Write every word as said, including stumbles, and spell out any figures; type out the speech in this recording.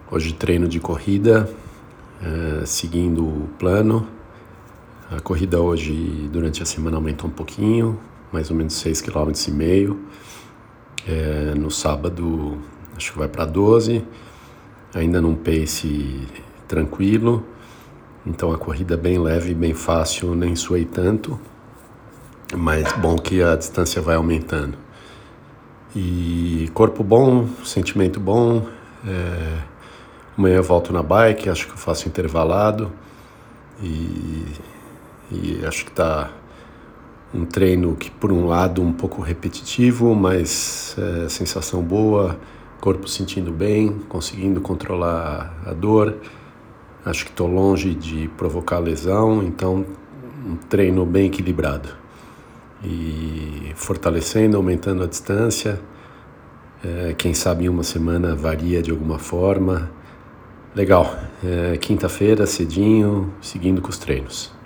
Hoje treino de corrida, é, seguindo o plano. A corrida hoje, durante a semana, aumentou um pouquinho, mais ou menos seis vírgula cinco quilômetros. É, no sábado, acho que vai para doze, ainda num pace tranquilo. Então a corrida é bem leve, bem fácil, nem suei tanto, mas bom que a distância vai aumentando. E corpo bom, sentimento bom. É, amanhã eu volto na bike, acho que eu faço intervalado e, e acho que tá um treino que, por um lado, um pouco repetitivo, mas é, sensação boa, corpo sentindo bem, conseguindo controlar a dor. Acho que estou longe de provocar lesão, então um treino bem equilibrado. E fortalecendo, aumentando a distância. É, quem sabe em uma semana varia de alguma forma. Legal. É, quinta-feira, cedinho, seguindo com os treinos.